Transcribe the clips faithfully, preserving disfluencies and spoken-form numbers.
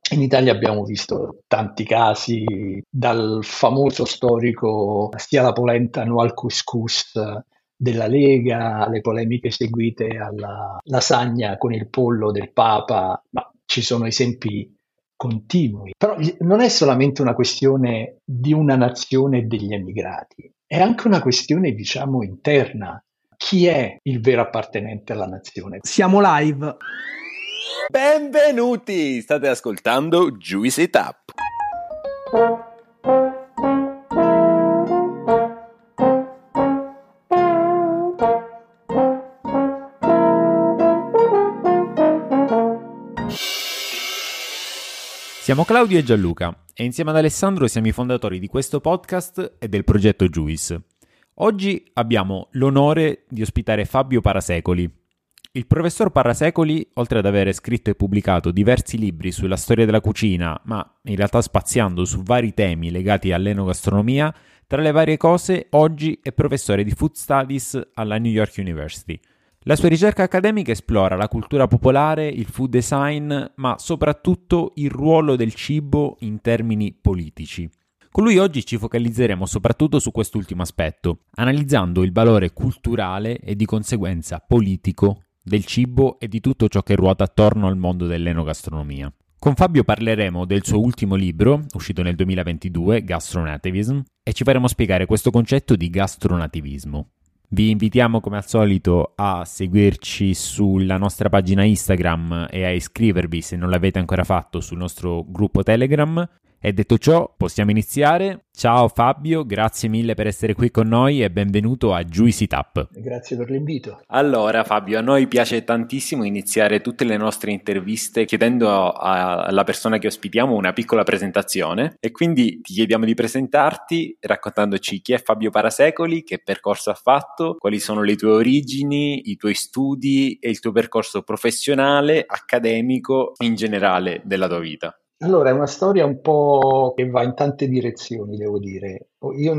In Italia abbiamo visto tanti casi, dal famoso storico Stia la polenta no al couscous della Lega, alle polemiche seguite alla lasagna con il pollo del Papa, ma ci sono esempi continui. Però non è solamente una questione di una nazione e degli emigrati, è anche una questione, diciamo, interna. Chi è il vero appartenente alla nazione? Siamo live. Benvenuti! State ascoltando Juice It Up. Siamo Claudio e Gianluca e insieme ad Alessandro siamo i fondatori di questo podcast e del progetto Juice. Oggi abbiamo l'onore di ospitare Fabio Parasecoli. Il professor Parasecoli, oltre ad avere scritto e pubblicato diversi libri sulla storia della cucina, ma in realtà spaziando su vari temi legati all'enogastronomia, tra le varie cose oggi è professore di Food Studies alla New York University. La sua ricerca accademica esplora la cultura popolare, il food design, ma soprattutto il ruolo del cibo in termini politici. Con lui oggi ci focalizzeremo soprattutto su quest'ultimo aspetto, analizzando il valore culturale e di conseguenza politico del cibo e di tutto ciò che ruota attorno al mondo dell'enogastronomia. Con Fabio parleremo del suo ultimo libro, uscito nel duemilaventidue, Gastronativism, e ci faremo spiegare questo concetto di gastronativismo. Vi invitiamo come al solito a seguirci sulla nostra pagina Instagram e a iscrivervi se non l'avete ancora fatto sul nostro gruppo Telegram. E detto ciò, possiamo iniziare. Ciao Fabio, grazie mille per essere qui con noi e benvenuto a Juice It Up. Grazie per l'invito. Allora Fabio, a noi piace tantissimo iniziare tutte le nostre interviste chiedendo a- alla persona che ospitiamo una piccola presentazione e quindi ti chiediamo di presentarti raccontandoci chi è Fabio Parasecoli, che percorso ha fatto, quali sono le tue origini, i tuoi studi e il tuo percorso professionale, accademico in generale della tua vita. Allora, è una storia un po' che va in tante direzioni, devo dire. Io ho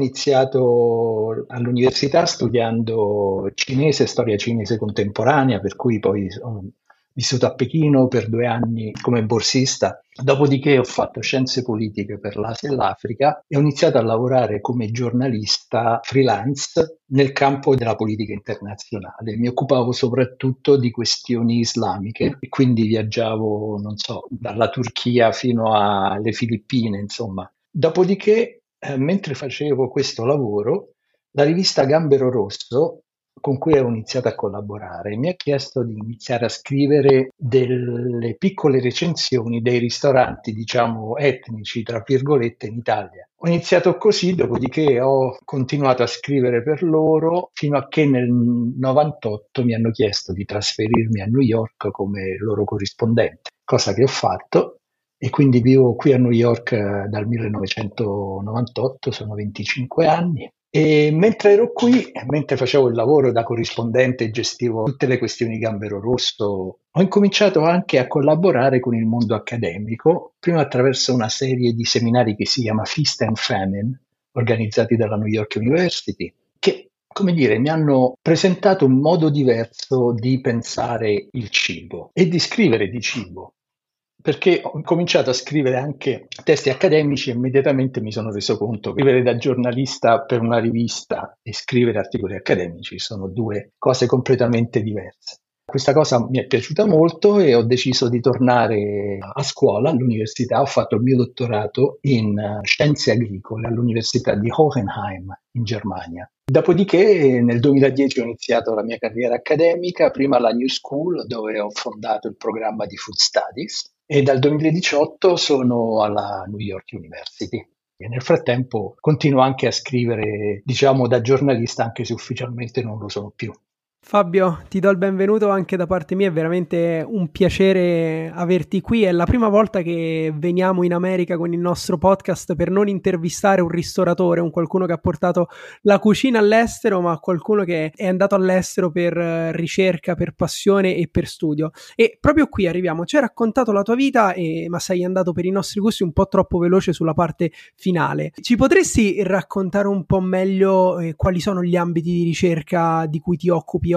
iniziato all'università studiando cinese, storia cinese contemporanea, per cui poi ho vissuto a Pechino per due anni come borsista. Dopodiché ho fatto scienze politiche per l'Asia e l'Africa e ho iniziato a lavorare come giornalista freelance nel campo della politica internazionale. Mi occupavo soprattutto di questioni islamiche e quindi viaggiavo, non so, dalla Turchia fino alle Filippine, insomma. Dopodiché, eh, mentre facevo questo lavoro, la rivista Gambero Rosso, con cui ho iniziato a collaborare, mi ha chiesto di iniziare a scrivere delle piccole recensioni dei ristoranti, diciamo, etnici, tra virgolette, in Italia. Ho iniziato così, dopodiché ho continuato a scrivere per loro fino a che nel novantotto mi hanno chiesto di trasferirmi a New York come loro corrispondente, cosa che ho fatto. E quindi vivo qui a New York eh, dal millenovecentonovantotto, sono venticinque anni. E mentre ero qui, mentre facevo il lavoro da corrispondente e gestivo tutte le questioni Gambero Rosso, ho incominciato anche a collaborare con il mondo accademico, prima attraverso una serie di seminari che si chiama Feast and Famine, organizzati dalla New York University, che, come dire, mi hanno presentato un modo diverso di pensare il cibo e di scrivere di cibo. Perché ho cominciato a scrivere anche testi accademici e immediatamente mi sono reso conto che scrivere da giornalista per una rivista e scrivere articoli accademici sono due cose completamente diverse. Questa cosa mi è piaciuta molto e ho deciso di tornare a scuola, all'università. Ho fatto il mio dottorato in scienze agricole all'Università di Hohenheim in Germania. Dopodiché nel duemiladieci ho iniziato la mia carriera accademica, prima alla New School dove ho fondato il programma di Food Studies e dal duemiladiciotto sono alla New York University. E nel frattempo continuo anche a scrivere, diciamo, da giornalista, anche se ufficialmente non lo sono più. Fabio, ti do il benvenuto anche da parte mia, è veramente un piacere averti qui, è la prima volta che veniamo in America con il nostro podcast per non intervistare un ristoratore, un qualcuno che ha portato la cucina all'estero, ma qualcuno che è andato all'estero per ricerca, per passione e per studio. E proprio qui arriviamo, ci hai raccontato la tua vita, e, ma sei andato per i nostri gusti un po' troppo veloce sulla parte finale. Ci potresti raccontare un po' meglio eh, quali sono gli ambiti di ricerca di cui ti occupi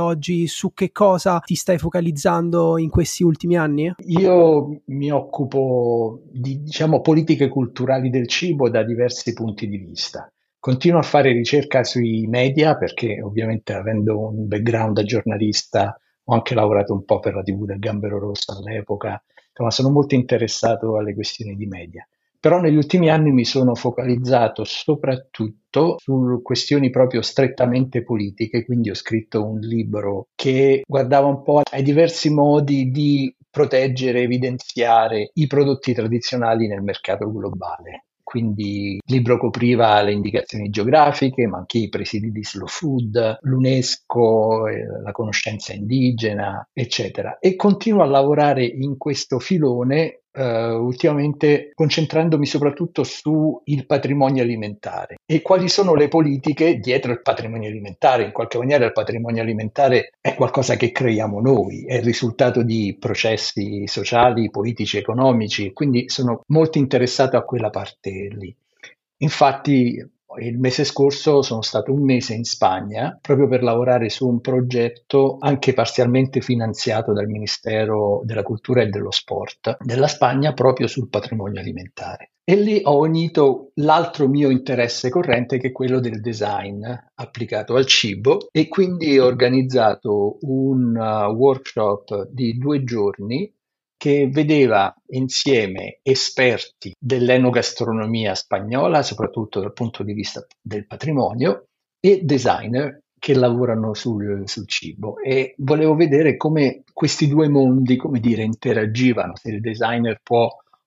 oggi, su che cosa ti stai focalizzando in questi ultimi anni? Io mi occupo di, diciamo, politiche culturali del cibo da diversi punti di vista. Continuo a fare ricerca sui media perché ovviamente avendo un background da giornalista ho anche lavorato un po' per la tivù del Gambero Rosso all'epoca, insomma sono molto interessato alle questioni di media. Però negli ultimi anni mi sono focalizzato soprattutto su questioni proprio strettamente politiche, quindi ho scritto un libro che guardava un po' ai diversi modi di proteggere, evidenziare i prodotti tradizionali nel mercato globale. Quindi il libro copriva le indicazioni geografiche, ma anche i presidi di slow food, l'UNESCO, eh, la conoscenza indigena, eccetera. E continuo a lavorare in questo filone Uh, ultimamente concentrandomi soprattutto sul patrimonio alimentare e quali sono le politiche dietro il patrimonio alimentare. In qualche maniera il patrimonio alimentare è qualcosa che creiamo noi, è il risultato di processi sociali, politici, economici, quindi sono molto interessato a quella parte lì. Infatti il mese scorso sono stato un mese in Spagna proprio per lavorare su un progetto anche parzialmente finanziato dal Ministero della Cultura e dello Sport della Spagna proprio sul patrimonio alimentare. E lì ho unito l'altro mio interesse corrente che è quello del design applicato al cibo e quindi ho organizzato un uh, workshop di due giorni che vedeva insieme esperti dell'enogastronomia spagnola, soprattutto dal punto di vista del patrimonio, e designer che lavorano sul, sul cibo. E volevo vedere come questi due mondi, come dire, interagivano, se il designer può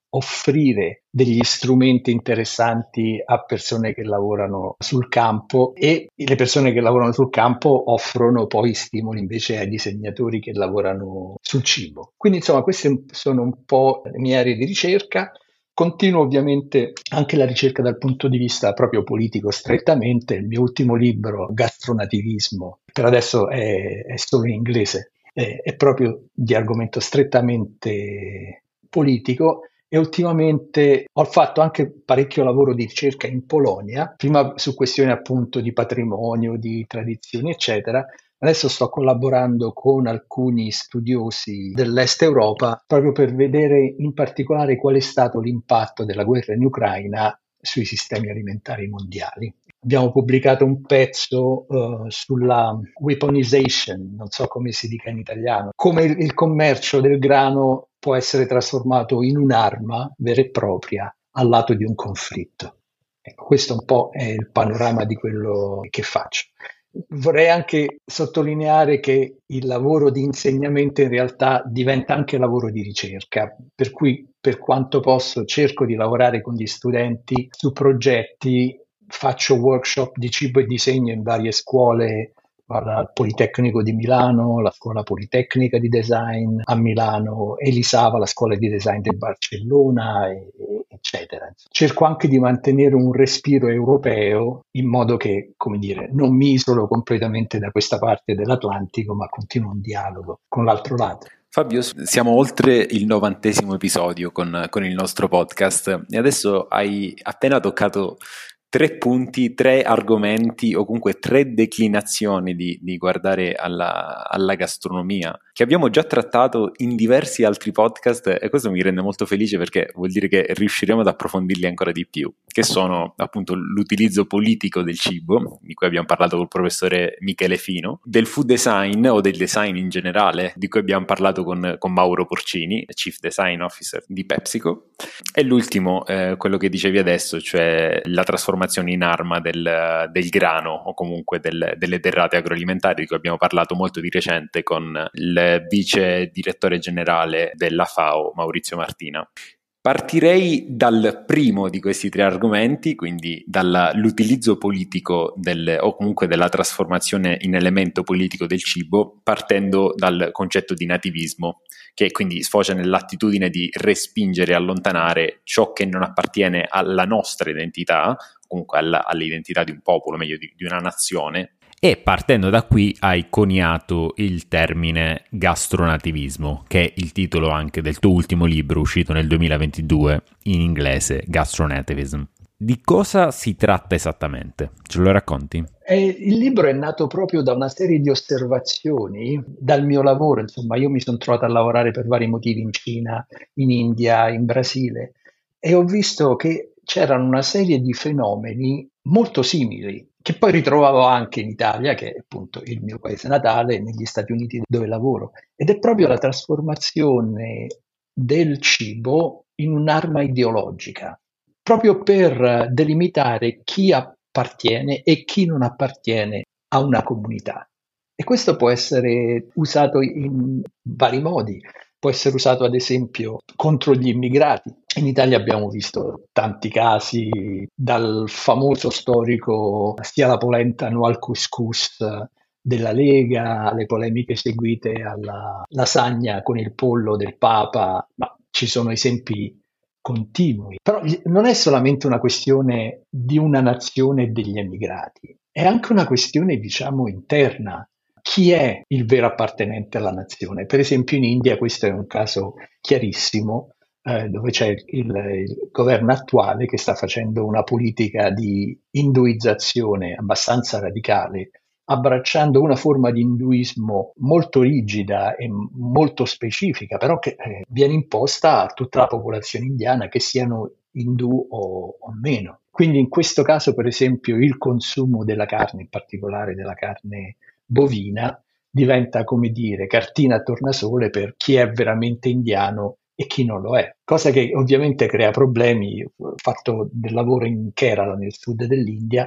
offrire degli strumenti interessanti a persone che lavorano sul campo e le persone che lavorano sul campo offrono poi stimoli invece ai disegnatori che lavorano sul cibo. Quindi insomma queste sono un po' le mie aree di ricerca. Continuo ovviamente anche la ricerca dal punto di vista proprio politico strettamente. Il mio ultimo libro, Gastronativismo, per adesso è, è solo in inglese, è, è proprio di argomento strettamente politico. E ultimamente ho fatto anche parecchio lavoro di ricerca in Polonia, prima su questioni appunto di patrimonio, di tradizioni, eccetera. Adesso sto collaborando con alcuni studiosi dell'Est Europa proprio per vedere in particolare qual è stato l'impatto della guerra in Ucraina sui sistemi alimentari mondiali. Abbiamo pubblicato un pezzo uh, sulla weaponization, non so come si dica in italiano, come il, il commercio del grano può essere trasformato in un'arma vera e propria al lato di un conflitto. Ecco, questo un po' è il panorama di quello che faccio. Vorrei anche sottolineare che il lavoro di insegnamento in realtà diventa anche lavoro di ricerca, per cui per quanto posso cerco di lavorare con gli studenti su progetti, faccio workshop di cibo e disegno in varie scuole, al Politecnico di Milano, la Scuola Politecnica di Design a Milano, Elisava, la Scuola di Design di Barcellona, e, eccetera. Cerco anche di mantenere un respiro europeo in modo che, come dire, non mi isolo completamente da questa parte dell'Atlantico, ma continuo un dialogo con l'altro lato. Fabio, siamo oltre il novantesimo episodio con, con il nostro podcast e adesso hai appena toccato tre punti, tre argomenti o comunque tre declinazioni di, di guardare alla, alla gastronomia che abbiamo già trattato in diversi altri podcast e questo mi rende molto felice perché vuol dire che riusciremo ad approfondirli ancora di più, che sono appunto l'utilizzo politico del cibo, di cui abbiamo parlato col professore Michele Fino, del food design o del design in generale, di cui abbiamo parlato con, con Mauro Porcini, Chief Design Officer di PepsiCo, e l'ultimo, eh, quello che dicevi adesso, cioè la trasformazione in arma del, del grano o comunque del, delle derrate agroalimentari, di cui abbiamo parlato molto di recente con il vice direttore generale della F A O, Maurizio Martina. Partirei dal primo di questi tre argomenti, quindi dall'utilizzo politico del, o comunque della trasformazione in elemento politico del cibo, partendo dal concetto di nativismo, che quindi sfocia nell'attitudine di respingere e allontanare ciò che non appartiene alla nostra identità, comunque alla, all'identità di un popolo, meglio di, di una nazione. E partendo da qui hai coniato il termine gastronativismo, che è il titolo anche del tuo ultimo libro uscito nel duemilaventidue in inglese, Gastronativism. Di cosa si tratta esattamente? Ce lo racconti? Eh, il libro è nato proprio da una serie di osservazioni dal mio lavoro, insomma, io mi sono trovato a lavorare per vari motivi in Cina, in India, in Brasile e ho visto che c'erano una serie di fenomeni molto simili, che poi ritrovavo anche in Italia, che è appunto il mio paese natale, e negli Stati Uniti dove lavoro, ed è proprio la trasformazione del cibo in un'arma ideologica, proprio per delimitare chi appartiene e chi non appartiene a una comunità. E questo può essere usato in vari modi. Può essere usato ad esempio contro gli immigrati. In Italia abbiamo visto tanti casi, dal famoso storico sia la polenta no al couscous della Lega, alle polemiche seguite alla lasagna con il pollo del Papa, ma ci sono esempi continui. Però non è solamente una questione di una nazione e degli emigrati, è anche una questione, diciamo, interna. Chi è il vero appartenente alla nazione? Per esempio in India questo è un caso chiarissimo, eh, dove c'è il, il governo attuale che sta facendo una politica di induizzazione abbastanza radicale, abbracciando una forma di induismo molto rigida e molto specifica, però che eh, viene imposta a tutta la popolazione indiana, che siano indù o, o meno. Quindi in questo caso, per esempio, il consumo della carne, in particolare della carne bovina, diventa, come dire, cartina a tornasole per chi è veramente indiano e chi non lo è, cosa che ovviamente crea problemi. Ho fatto del lavoro in Kerala, nel sud dell'India,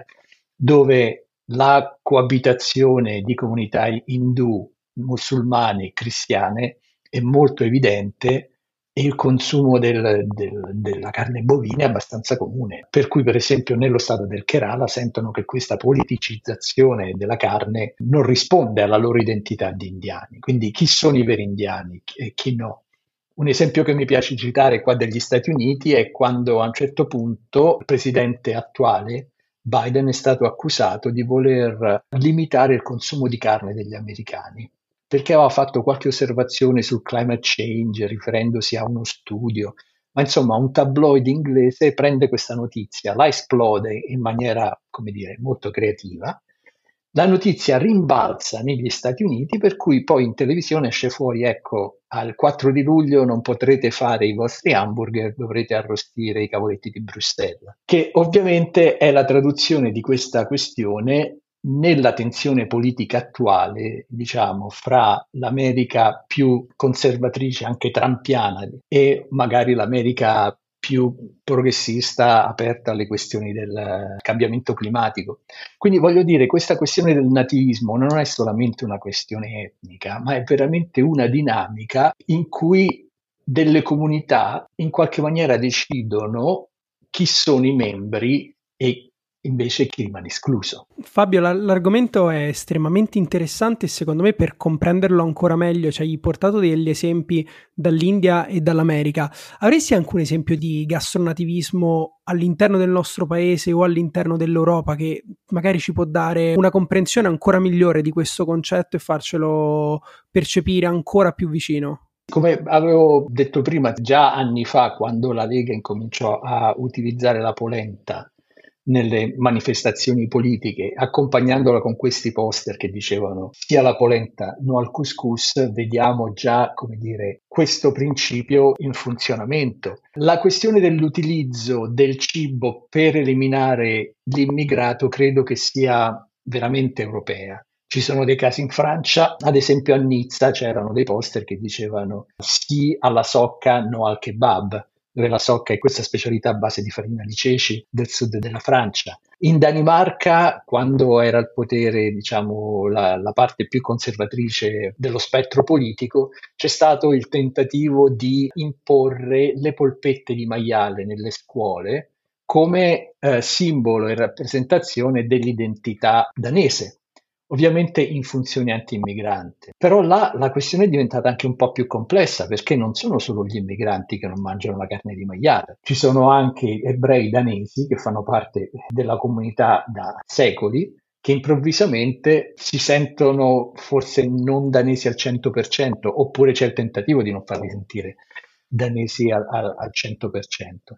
dove la coabitazione di comunità indù, musulmane e cristiane è molto evidente e il consumo del, del, della carne bovina è abbastanza comune. Per cui, per esempio, nello stato del Kerala sentono che questa politicizzazione della carne non risponde alla loro identità di indiani. Quindi chi sono i veri indiani e chi no? Un esempio che mi piace citare qua degli Stati Uniti è quando a un certo punto il presidente attuale Biden è stato accusato di voler limitare il consumo di carne degli americani, perché aveva fatto qualche osservazione sul climate change riferendosi a uno studio, ma insomma un tabloid inglese prende questa notizia, la esplode in maniera, come dire, molto creativa. La notizia rimbalza negli Stati Uniti, per cui poi in televisione esce fuori, ecco, al quattro di luglio non potrete fare i vostri hamburger, dovrete arrostire i cavoletti di Bruxelles, che ovviamente è la traduzione di questa questione nella tensione politica attuale, diciamo, fra l'America più conservatrice, anche trumpiana, e magari l'America più progressista, aperta alle questioni del cambiamento climatico. Quindi voglio dire, questa questione del nativismo non è solamente una questione etnica, ma è veramente una dinamica in cui delle comunità in qualche maniera decidono chi sono i membri e invece chi rimane escluso. Fabio, l- l'argomento è estremamente interessante e secondo me per comprenderlo ancora meglio ci hai portato degli esempi dall'India e dall'America. Avresti anche un esempio di gastronativismo all'interno del nostro paese o all'interno dell'Europa che magari ci può dare una comprensione ancora migliore di questo concetto e farcelo percepire ancora più vicino? Come avevo detto prima, già anni fa, quando la Lega incominciò a utilizzare la polenta nelle manifestazioni politiche, accompagnandola con questi poster che dicevano sia la polenta no al couscous, vediamo già, come dire, questo principio in funzionamento. La questione dell'utilizzo del cibo per eliminare l'immigrato credo che sia veramente europea. Ci sono dei casi in Francia, ad esempio a Nizza c'erano dei poster che dicevano sì alla socca, no al kebab, dove la socca è questa specialità a base di farina di ceci del sud della Francia. In Danimarca, quando era al potere, diciamo, la, la parte più conservatrice dello spettro politico, c'è stato il tentativo di imporre le polpette di maiale nelle scuole come eh, simbolo e rappresentazione dell'identità danese. Ovviamente in funzione anti-immigrante. Però là la questione è diventata anche un po' più complessa, perché non sono solo gli immigranti che non mangiano la carne di maiale, ci sono anche ebrei danesi che fanno parte della comunità da secoli, che improvvisamente si sentono forse non danesi al cento per cento, oppure c'è il tentativo di non farli sentire danesi al, al, al cento per cento.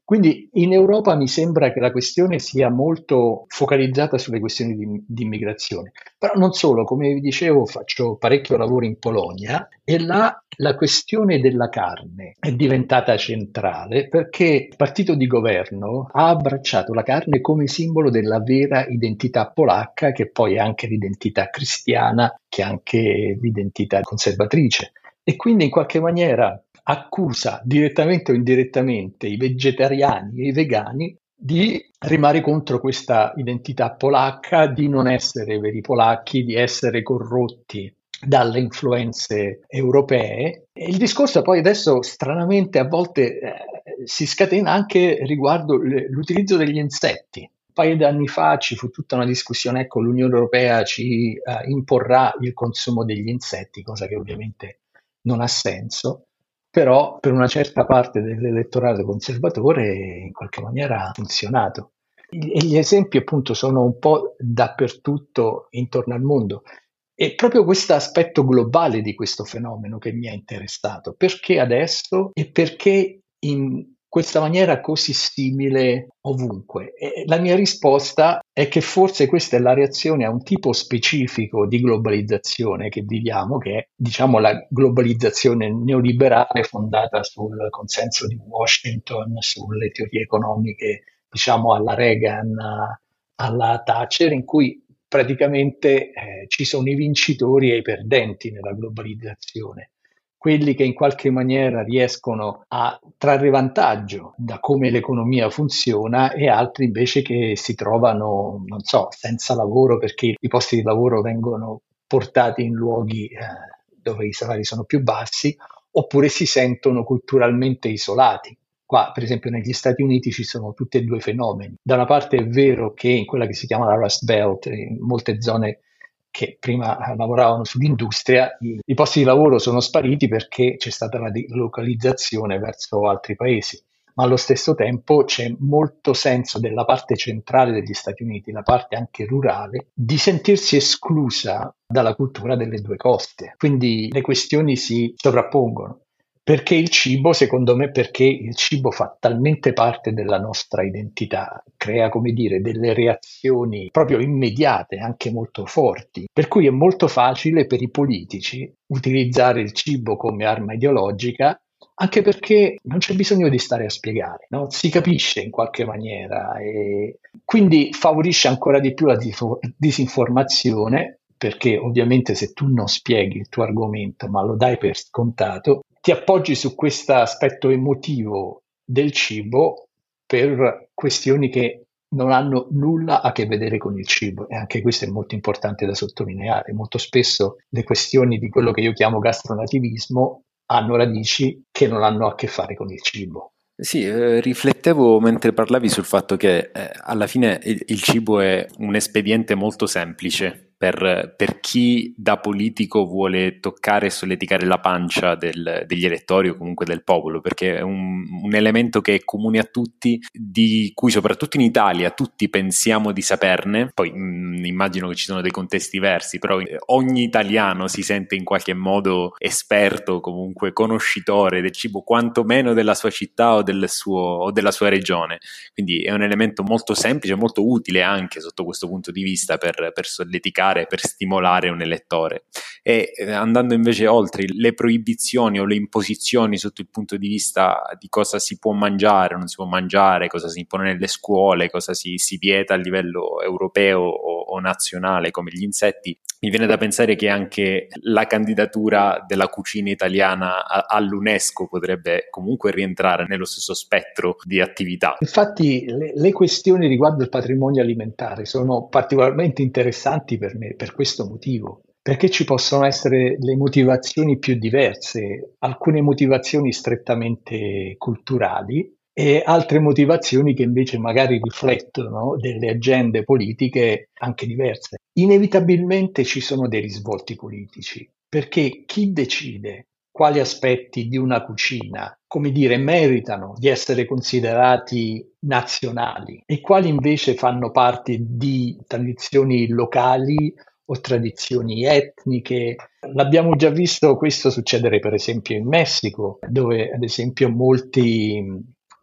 Quindi in Europa mi sembra che la questione sia molto focalizzata sulle questioni di, di immigrazione, però non solo, come vi dicevo faccio parecchio lavoro in Polonia e là la questione della carne è diventata centrale perché il partito di governo ha abbracciato la carne come simbolo della vera identità polacca, che poi è anche l'identità cristiana, che è anche l'identità conservatrice. E quindi in qualche maniera accusa direttamente o indirettamente i vegetariani e i vegani di rimare contro questa identità polacca, di non essere veri polacchi, di essere corrotti dalle influenze europee. E il discorso poi adesso stranamente a volte eh, si scatena anche riguardo l- l'utilizzo degli insetti. Un paio di anni fa ci fu tutta una discussione, ecco, l'Unione Europea ci eh, imporrà il consumo degli insetti, cosa che ovviamente non ha senso, però per una certa parte dell'elettorato conservatore in qualche maniera ha funzionato. E gli esempi appunto sono un po' dappertutto intorno al mondo. È proprio questo aspetto globale di questo fenomeno che mi ha interessato. Perché adesso e perché in questa maniera così simile ovunque? E la mia risposta è che forse questa è la reazione a un tipo specifico di globalizzazione che viviamo, che è, diciamo, la globalizzazione neoliberale fondata sul consenso di Washington, sulle teorie economiche, diciamo, alla Reagan, alla Thatcher, in cui praticamente eh, ci sono i vincitori e i perdenti nella globalizzazione. Quelli che in qualche maniera riescono a trarre vantaggio da come l'economia funziona e altri invece che si trovano, non so, senza lavoro perché i posti di lavoro vengono portati in luoghi eh, dove i salari sono più bassi oppure si sentono culturalmente isolati. Qua, per esempio, negli Stati Uniti ci sono tutti e due i fenomeni. Da una parte è vero che in quella che si chiama la Rust Belt, in molte zone che prima lavoravano sull'industria, i, i posti di lavoro sono spariti perché c'è stata la delocalizzazione verso altri paesi. Ma allo stesso tempo c'è molto senso della parte centrale degli Stati Uniti, la parte anche rurale, di sentirsi esclusa dalla cultura delle due coste. Quindi le questioni si sovrappongono. Perché il cibo, secondo me, perché il cibo fa talmente parte della nostra identità, crea, come dire, delle reazioni proprio immediate, anche molto forti, per cui è molto facile per i politici utilizzare il cibo come arma ideologica, anche perché non c'è bisogno di stare a spiegare, no? Si capisce in qualche maniera e quindi favorisce ancora di più la disinformazione, perché ovviamente se tu non spieghi il tuo argomento, ma lo dai per scontato, ti appoggi su questo aspetto emotivo del cibo per questioni che non hanno nulla a che vedere con il cibo, e anche questo è molto importante da sottolineare. Molto spesso le questioni di quello che io chiamo gastronativismo hanno radici che non hanno a che fare con il cibo. Sì, eh, riflettevo mentre parlavi sul fatto che eh, alla fine il, il cibo è un espediente molto semplice per, per chi da politico vuole toccare e solleticare la pancia del, degli elettori o comunque del popolo, perché è un, un elemento che è comune a tutti, di cui soprattutto in Italia tutti pensiamo di saperne. Poi mh, immagino che ci sono dei contesti diversi, però ogni italiano si sente in qualche modo esperto, comunque conoscitore del cibo, quantomeno della sua città o del suo o della sua regione. Quindi è un elemento molto semplice, molto utile anche sotto questo punto di vista per, per solleticare, per stimolare un elettore. E eh, andando invece oltre le proibizioni o le imposizioni sotto il punto di vista di cosa si può mangiare o non si può mangiare, cosa si impone nelle scuole, cosa si, si vieta a livello europeo o, o nazionale come gli insetti, mi viene da pensare che anche la candidatura della cucina italiana all'UNESCO potrebbe comunque rientrare nello stesso spettro di attività. Infatti le, le questioni riguardo il patrimonio alimentare sono particolarmente interessanti per me per questo motivo, perché ci possono essere le motivazioni più diverse, alcune motivazioni strettamente culturali e altre motivazioni che invece magari riflettono delle agende politiche anche diverse. Inevitabilmente ci sono dei risvolti politici, perché chi decide quali aspetti di una cucina, come dire, meritano di essere considerati nazionali e quali invece fanno parte di tradizioni locali o tradizioni etniche. L'abbiamo già visto questo succedere per esempio in Messico, dove ad esempio molti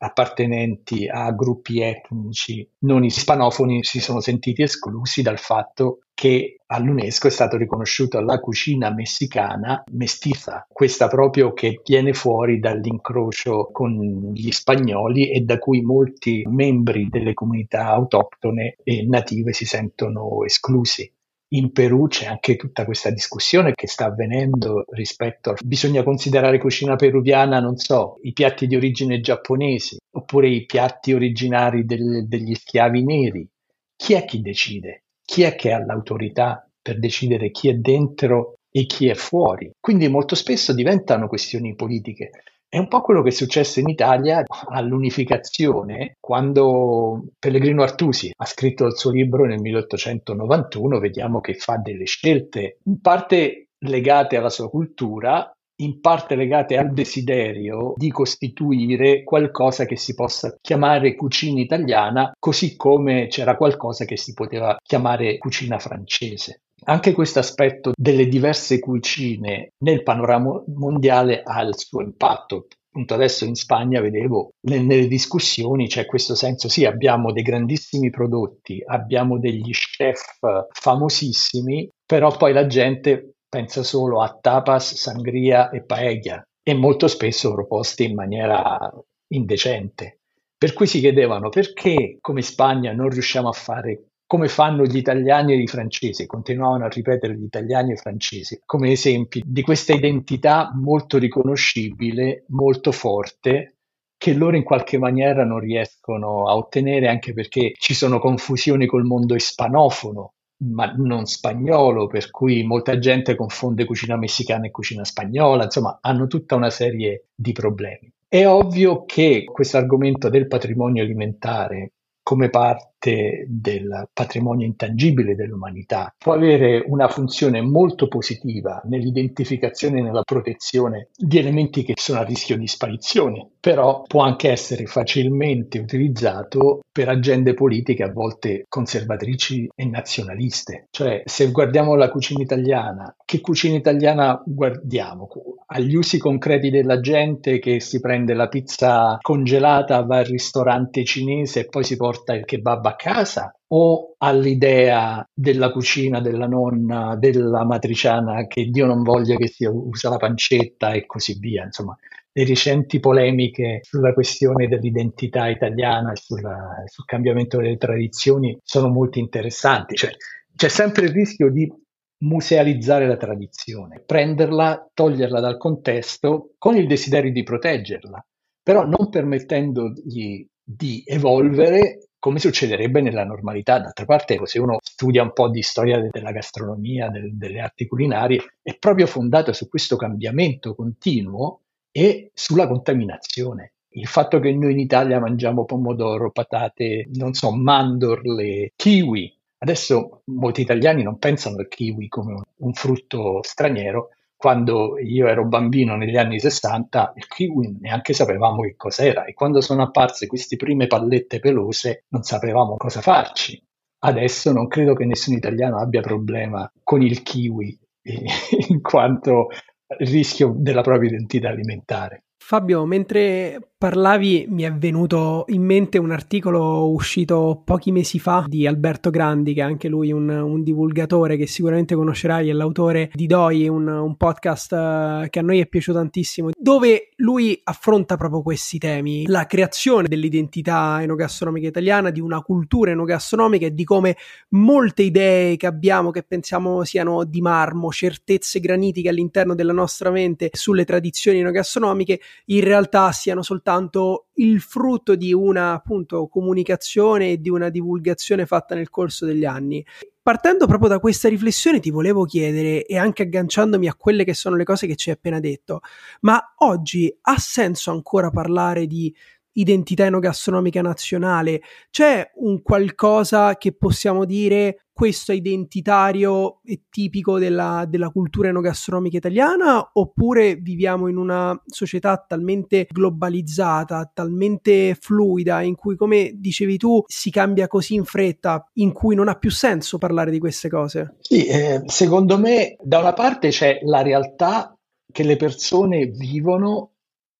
appartenenti a gruppi etnici non ispanofoni si sono sentiti esclusi dal fatto che all'UNESCO è stato riconosciuta la cucina messicana mestiza, questa proprio che viene fuori dall'incrocio con gli spagnoli e da cui molti membri delle comunità autoctone e native si sentono esclusi. In Perù c'è anche tutta questa discussione che sta avvenendo rispetto a bisogna considerare cucina peruviana, non so, i piatti di origine giapponesi oppure i piatti originari del, degli schiavi neri. Chi è chi decide? Chi è che ha l'autorità per decidere chi è dentro e chi è fuori? Quindi molto spesso diventano questioni politiche. È un po' quello che è successo in Italia all'unificazione, quando Pellegrino Artusi ha scritto il suo libro nel milleottocentonovantuno, vediamo che fa delle scelte in parte legate alla sua cultura, in parte legate al desiderio di costituire qualcosa che si possa chiamare cucina italiana, così come c'era qualcosa che si poteva chiamare cucina francese. Anche questo aspetto delle diverse cucine nel panorama mondiale ha il suo impatto. Appunto adesso in Spagna vedevo nelle discussioni c'è questo senso, sì, abbiamo dei grandissimi prodotti, abbiamo degli chef famosissimi, però poi la gente pensa solo a tapas, sangria e paella e molto spesso proposti in maniera indecente. Per cui si chiedevano perché come Spagna non riusciamo a fare come fanno gli italiani e i francesi, continuavano a ripetere gli italiani e i francesi come esempi di questa identità molto riconoscibile, molto forte, che loro in qualche maniera non riescono a ottenere, anche perché ci sono confusioni col mondo ispanofono, ma non spagnolo, per cui molta gente confonde cucina messicana e cucina spagnola, insomma hanno tutta una serie di problemi. È ovvio che questo argomento del patrimonio alimentare come parte del patrimonio intangibile dell'umanità, può avere una funzione molto positiva nell'identificazione e nella protezione di elementi che sono a rischio di sparizione, però può anche essere facilmente utilizzato per agende politiche a volte conservatrici e nazionaliste. Cioè, se guardiamo la cucina italiana, che cucina italiana guardiamo? Agli usi concreti della gente che si prende la pizza congelata, va al ristorante cinese e poi si porta il kebab a casa, o all'idea della cucina della nonna, della matriciana che Dio non voglia che si usa la pancetta e così via. Insomma, le recenti polemiche sulla questione dell'identità italiana e sulla, sul cambiamento delle tradizioni sono molto interessanti. Cioè, c'è sempre il rischio di musealizzare la tradizione, prenderla, toglierla dal contesto con il desiderio di proteggerla, però non permettendogli di evolvere come succederebbe nella normalità. D'altra parte, se uno studia un po' di storia della gastronomia, del, delle arti culinarie, è proprio fondata su questo cambiamento continuo e sulla contaminazione. Il fatto che noi in Italia mangiamo pomodoro, patate, non so, mandorle, kiwi. Adesso molti italiani non pensano al kiwi come un, un frutto straniero. Quando io ero bambino negli anni sessanta, il kiwi neanche sapevamo che cos'era, e quando sono apparse queste prime pallette pelose non sapevamo cosa farci. Adesso non credo che nessun italiano abbia problema con il kiwi, eh, in quanto rischio della propria identità alimentare. Fabio, mentre parlavi mi è venuto in mente un articolo uscito pochi mesi fa di Alberto Grandi, che è anche lui un, un divulgatore che sicuramente conoscerai, è l'autore di Doi, un, un podcast uh, che a noi è piaciuto tantissimo, dove lui affronta proprio questi temi, la creazione dell'identità enogastronomica italiana, di una cultura enogastronomica e di come molte idee che abbiamo, che pensiamo siano di marmo, certezze granitiche all'interno della nostra mente sulle tradizioni enogastronomiche, in realtà siano soltanto il frutto di una appunto comunicazione e di una divulgazione fatta nel corso degli anni. Partendo proprio da questa riflessione ti volevo chiedere, e anche agganciandomi a quelle che sono le cose che ci hai appena detto, ma oggi ha senso ancora parlare di identità enogastronomica nazionale? C'è un qualcosa che possiamo dire questo è identitario e tipico della, della cultura enogastronomica italiana, oppure viviamo in una società talmente globalizzata, talmente fluida, in cui, come dicevi tu, si cambia così in fretta, in cui non ha più senso parlare di queste cose? Sì, eh, secondo me da una parte c'è la realtà che le persone vivono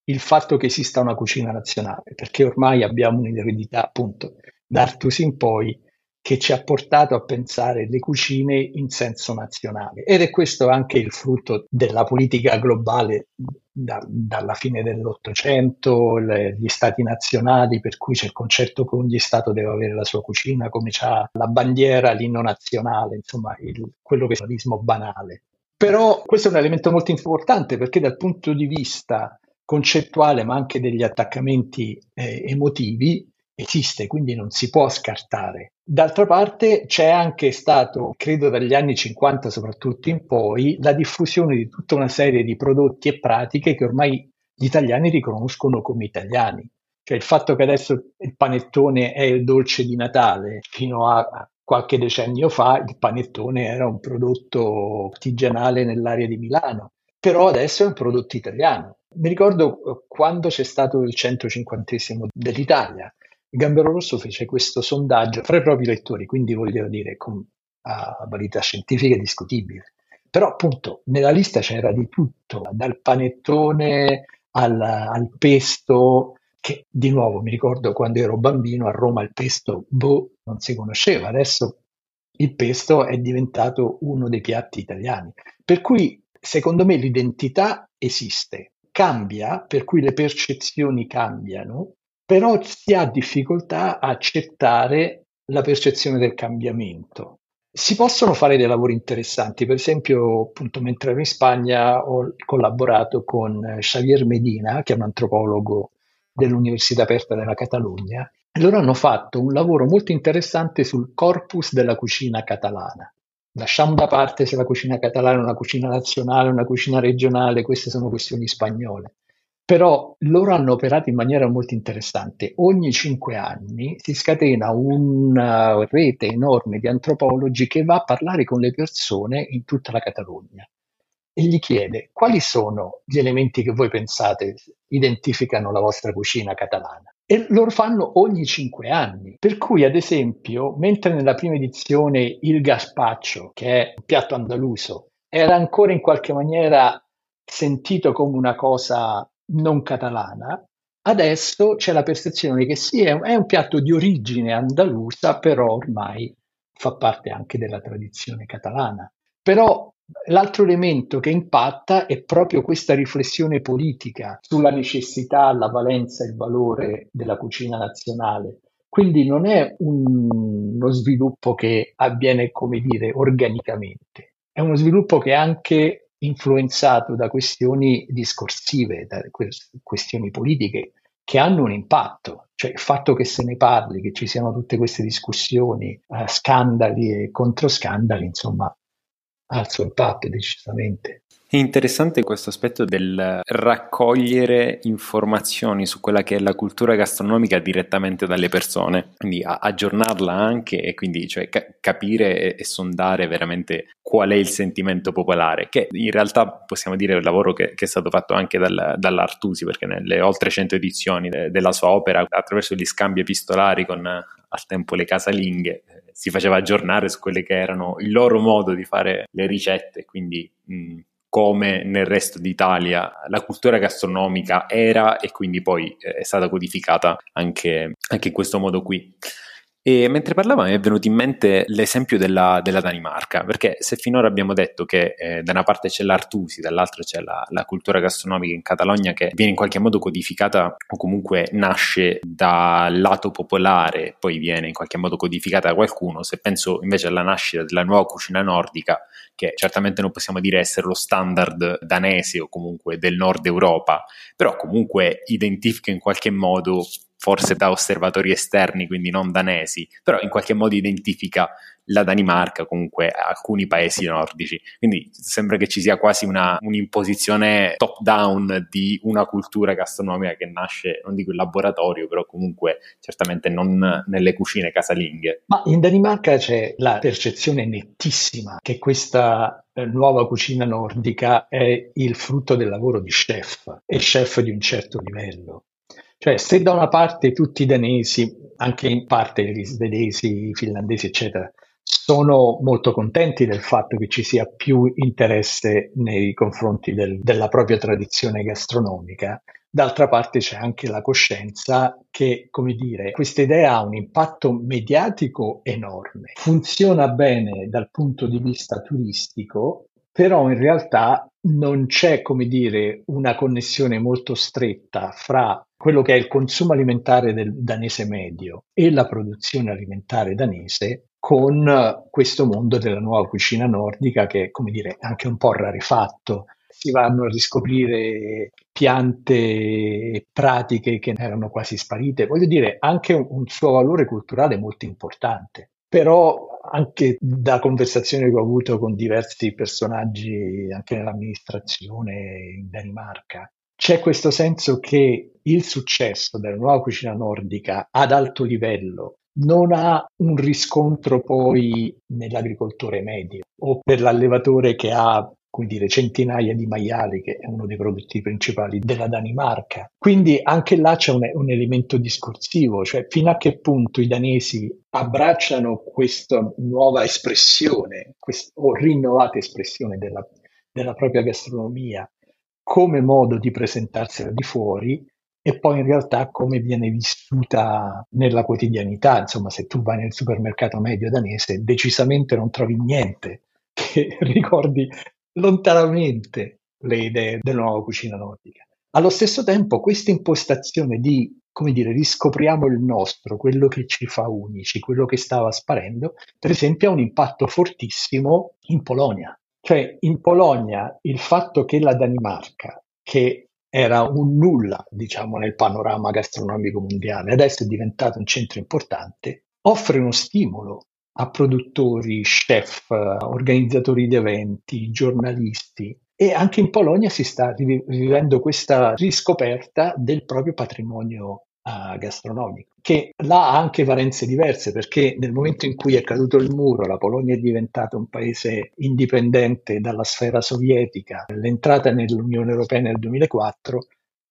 il fatto che esista una cucina nazionale, perché ormai abbiamo un'eredità appunto da Artusi in poi che ci ha portato a pensare le cucine in senso nazionale. Ed è questo anche il frutto della politica globale da, dalla fine dell'Ottocento, le, gli stati nazionali, per cui c'è il concetto che ogni stato deve avere la sua cucina, come c'ha la bandiera, l'inno nazionale, insomma il, quello che è il nazionalismo banale. Però questo è un elemento molto importante perché dal punto di vista concettuale, ma anche degli attaccamenti eh, emotivi, esiste, quindi non si può scartare. D'altra parte c'è anche stato, credo dagli anni cinquanta soprattutto in poi, la diffusione di tutta una serie di prodotti e pratiche che ormai gli italiani riconoscono come italiani. Cioè il fatto che adesso il panettone è il dolce di Natale, fino a qualche decennio fa il panettone era un prodotto artigianale nell'area di Milano, però adesso è un prodotto italiano. Mi ricordo quando c'è stato il centocinquantesimo dell'Italia, Gambero Rosso fece questo sondaggio fra i propri lettori, quindi voglio dire con a validità scientifica discutibile. Però appunto nella lista c'era di tutto, dal panettone al, al pesto, che di nuovo mi ricordo quando ero bambino a Roma il pesto boh, non si conosceva, adesso il pesto è diventato uno dei piatti italiani. Per cui secondo me l'identità esiste, cambia, per cui le percezioni cambiano, però si ha difficoltà a accettare la percezione del cambiamento. Si possono fare dei lavori interessanti, per esempio, appunto, mentre ero in Spagna ho collaborato con Xavier Medina, che è un antropologo dell'Università Aperta della Catalogna, e loro hanno fatto un lavoro molto interessante sul corpus della cucina catalana. Lasciamo da parte se la cucina catalana è una cucina nazionale, una cucina regionale, queste sono questioni spagnole. Però loro hanno operato in maniera molto interessante. Ogni cinque anni si scatena una rete enorme di antropologi che va a parlare con le persone in tutta la Catalogna e gli chiede quali sono gli elementi che voi pensate identificano la vostra cucina catalana. E lo fanno ogni cinque anni. Per cui, ad esempio, mentre nella prima edizione il gazpacho, che è un piatto andaluso, era ancora in qualche maniera sentito come una cosa non catalana, adesso c'è la percezione che sì, è un, è un piatto di origine andalusa, però ormai fa parte anche della tradizione catalana. Però l'altro elemento che impatta è proprio questa riflessione politica sulla necessità, la valenza e il valore della cucina nazionale. Quindi non è un, uno sviluppo che avviene, come dire, organicamente, è uno sviluppo che è anche influenzato da questioni discorsive, da questioni politiche che hanno un impatto, cioè il fatto che se ne parli, che ci siano tutte queste discussioni, eh, scandali e controscandali, insomma, ha il suo impatto decisamente. È interessante questo aspetto del raccogliere informazioni su quella che è la cultura gastronomica direttamente dalle persone, quindi a- aggiornarla anche e quindi cioè, ca- capire e-, e sondare veramente qual è il sentimento popolare, che in realtà possiamo dire è un lavoro che, che è stato fatto anche dal, dall'Artusi, perché nelle oltre cento edizioni de- della sua opera, attraverso gli scambi epistolari con al tempo le casalinghe, eh, si faceva aggiornare su quelle che erano il loro modo di fare le ricette, quindi mh, come nel resto d'Italia la cultura gastronomica era e quindi poi è stata codificata anche, anche in questo modo qui. E mentre parlava mi è venuto in mente l'esempio della, della Danimarca, perché se finora abbiamo detto che eh, da una parte c'è l'Artusi, dall'altra c'è la, la cultura gastronomica in Catalogna che viene in qualche modo codificata o comunque nasce dal lato popolare, poi viene in qualche modo codificata da qualcuno, se penso invece alla nascita della nuova cucina nordica, che certamente non possiamo dire essere lo standard danese o comunque del nord Europa, però comunque identifica in qualche modo, forse da osservatori esterni, quindi non danesi, però in qualche modo identifica la Danimarca, comunque alcuni paesi nordici. Quindi sembra che ci sia quasi una, un'imposizione top down di una cultura gastronomica che nasce, non dico in laboratorio, però comunque certamente non nelle cucine casalinghe. Ma in Danimarca c'è la percezione nettissima che questa eh, nuova cucina nordica è il frutto del lavoro di chef, e chef di un certo livello. Cioè, se da una parte tutti i danesi, anche in parte gli svedesi, i finlandesi, eccetera, sono molto contenti del fatto che ci sia più interesse nei confronti del, della propria tradizione gastronomica, D'altra parte c'è anche la coscienza che, come dire, questa idea ha un impatto mediatico enorme, funziona bene dal punto di vista turistico, però in realtà non c'è, come dire, una connessione molto stretta fra quello che è il consumo alimentare del danese medio e la produzione alimentare danese con questo mondo della nuova cucina nordica che, come dire, è anche un po' rarefatto. Si vanno a riscoprire piante e pratiche che erano quasi sparite. Voglio dire, anche un, un suo valore culturale molto importante. Però anche da conversazioni che ho avuto con diversi personaggi anche nell'amministrazione in Danimarca, c'è questo senso che il successo della nuova cucina nordica ad alto livello non ha un riscontro poi nell'agricoltore medio o per l'allevatore che ha, come dire, centinaia di maiali, che è uno dei prodotti principali della Danimarca. Quindi anche là c'è un, un elemento discorsivo, cioè fino a che punto i danesi abbracciano questa nuova espressione quest- o rinnovata espressione della, della propria gastronomia come modo di presentarsi al di fuori e poi in realtà come viene vissuta nella quotidianità. Insomma, se tu vai nel supermercato medio danese, decisamente non trovi niente che ricordi lontanamente le idee della nuova cucina nordica. Allo stesso tempo, questa impostazione di, come dire, riscopriamo il nostro, quello che ci fa unici, quello che stava sparendo, per esempio ha un impatto fortissimo in Polonia. Cioè, in Polonia il fatto che la Danimarca, che era un nulla, diciamo, nel panorama gastronomico mondiale, adesso è diventato un centro importante, offre uno stimolo a produttori, chef, organizzatori di eventi, giornalisti, e anche in Polonia si sta vivendo questa riscoperta del proprio patrimonio uh, gastronomico, che là ha anche valenze diverse, perché nel momento in cui è caduto il muro, la Polonia è diventata un paese indipendente dalla sfera sovietica, l'entrata nell'Unione Europea nel duemilaquattro,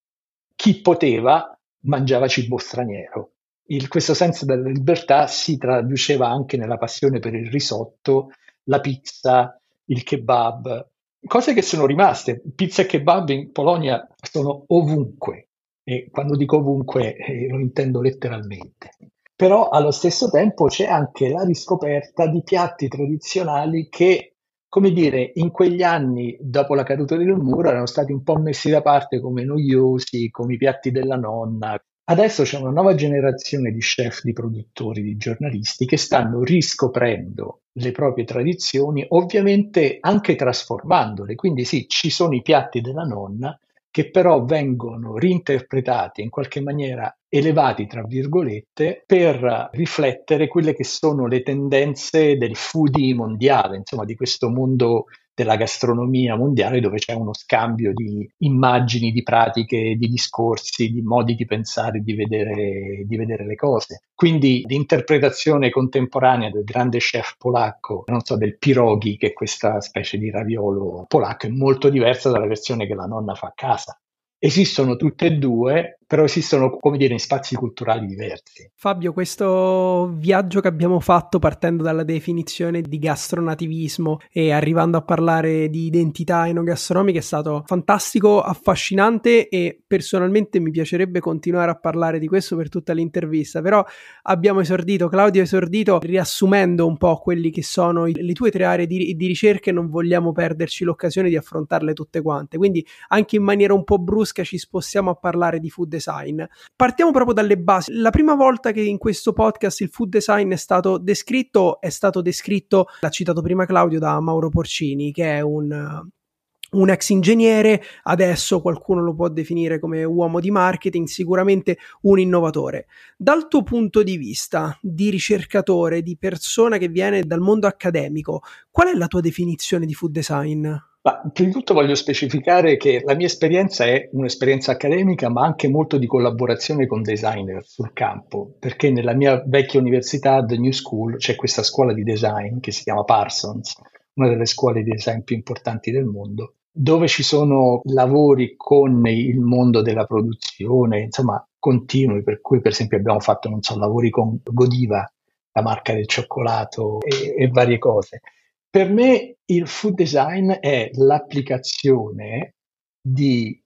chi poteva mangiava cibo straniero. Il, questo senso della libertà si traduceva anche nella passione per il risotto, la pizza, il kebab, cose che sono rimaste. Pizza e kebab in Polonia sono ovunque, e quando dico ovunque eh, lo intendo letteralmente. Però allo stesso tempo c'è anche la riscoperta di piatti tradizionali che, come dire, in quegli anni dopo la caduta del muro erano stati un po' messi da parte come noiosi, come i piatti della nonna. Adesso c'è una nuova generazione di chef, di produttori, di giornalisti che stanno riscoprendo le proprie tradizioni, ovviamente anche trasformandole. Quindi sì, ci sono i piatti della nonna che però vengono reinterpretati in qualche maniera elevati, tra virgolette, per riflettere quelle che sono le tendenze del foodie mondiale, insomma, di questo mondo della gastronomia mondiale dove c'è uno scambio di immagini, di pratiche, di discorsi, di modi di pensare, di vedere, di vedere le cose. Quindi l'interpretazione contemporanea del grande chef polacco, non so, del pierogi, che è questa specie di raviolo polacco, è molto diversa dalla versione che la nonna fa a casa. Esistono tutte e due, però esistono, come dire, in spazi culturali diversi. Fabio, questo viaggio che abbiamo fatto partendo dalla definizione di gastronativismo e arrivando a parlare di identità enogastronomiche è stato fantastico, affascinante, e personalmente mi piacerebbe continuare a parlare di questo per tutta l'intervista, però abbiamo esordito, Claudio ha esordito riassumendo un po' quelli che sono le tue tre aree di, di ricerca, e non vogliamo perderci l'occasione di affrontarle tutte quante, quindi anche in maniera un po' brusca ci spostiamo a parlare di food design. Partiamo proprio dalle basi. La prima volta che in questo podcast il food design è stato descritto, è stato descritto, l'ha citato prima Claudio, da Mauro Porcini, che è un un ex ingegnere, adesso qualcuno lo può definire come uomo di marketing, sicuramente un innovatore. Dal tuo punto di vista di ricercatore, di persona che viene dal mondo accademico, qual è la tua definizione di food design? Ma, prima di tutto voglio specificare che la mia esperienza è un'esperienza accademica, ma anche molto di collaborazione con designer sul campo, perché nella mia vecchia università, The New School, c'è questa scuola di design che si chiama Parsons, una delle scuole di design più importanti del mondo, dove ci sono lavori con il mondo della produzione, insomma, continui, per cui per esempio abbiamo fatto, non so, lavori con Godiva, la marca del cioccolato, e, e varie cose. Per me il food design è l'applicazione di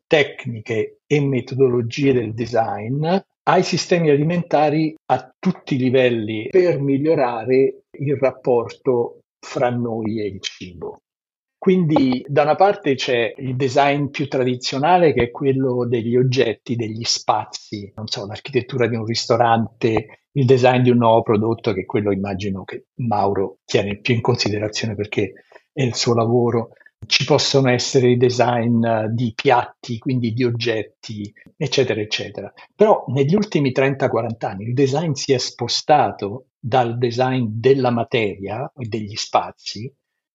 tecniche e metodologie del design ai sistemi alimentari a tutti i livelli per migliorare il rapporto fra noi e il cibo. Quindi da una parte c'è il design più tradizionale, che è quello degli oggetti, degli spazi, non so, l'architettura di un ristorante, il design di un nuovo prodotto, che quello immagino che Mauro tiene più in considerazione perché è il suo lavoro. Ci possono essere i design di piatti, quindi di oggetti, eccetera, eccetera. Però negli ultimi trenta quaranta anni il design si è spostato dal design della materia e degli spazi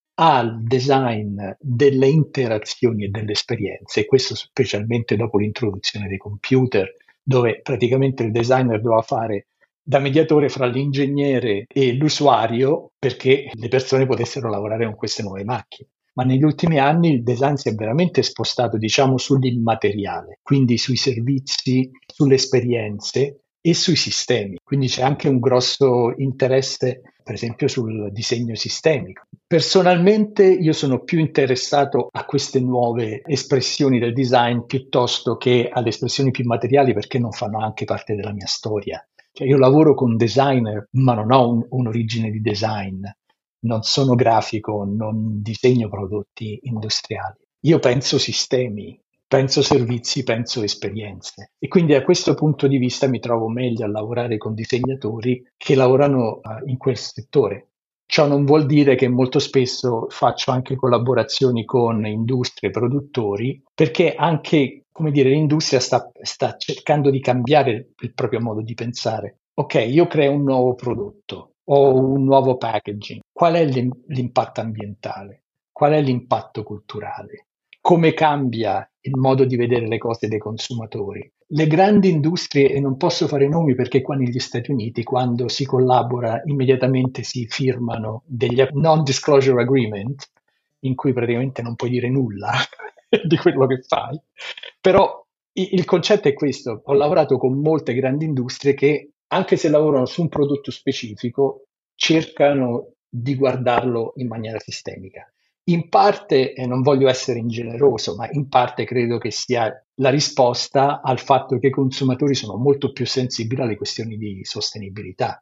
al design delle interazioni e delle esperienze, e questo specialmente dopo l'introduzione dei computer, dove praticamente il designer doveva fare da mediatore fra l'ingegnere e l'usuario perché le persone potessero lavorare con queste nuove macchine. Ma negli ultimi anni il design si è veramente spostato, diciamo, sull'immateriale, quindi sui servizi, sulle esperienze e sui sistemi. Quindi c'è anche un grosso interesse, per esempio, sul disegno sistemico. Personalmente io sono più interessato a queste nuove espressioni del design piuttosto che alle espressioni più materiali, perché non fanno anche parte della mia storia. Cioè, io lavoro con designer, ma non ho un, un'origine di design. Non sono grafico, non disegno prodotti industriali. Io penso sistemi, penso servizi, penso esperienze. E quindi da questo punto di vista mi trovo meglio a lavorare con disegnatori che lavorano uh, in quel settore. Ciò non vuol dire che molto spesso faccio anche collaborazioni con industrie, produttori, perché anche, come dire, l'industria sta, sta cercando di cambiare il proprio modo di pensare. Ok, io creo un nuovo prodotto o un nuovo packaging. Qual è l'impatto ambientale? Qual è l'impatto culturale? Come cambia il modo di vedere le cose dei consumatori? Le grandi industrie, e non posso fare nomi perché qua negli Stati Uniti quando si collabora immediatamente si firmano degli non-disclosure agreement in cui praticamente non puoi dire nulla di quello che fai, però il concetto è questo. Ho lavorato con molte grandi industrie che, anche se lavorano su un prodotto specifico, cercano di guardarlo in maniera sistemica. In parte, e non voglio essere ingeneroso, ma in parte credo che sia la risposta al fatto che i consumatori sono molto più sensibili alle questioni di sostenibilità.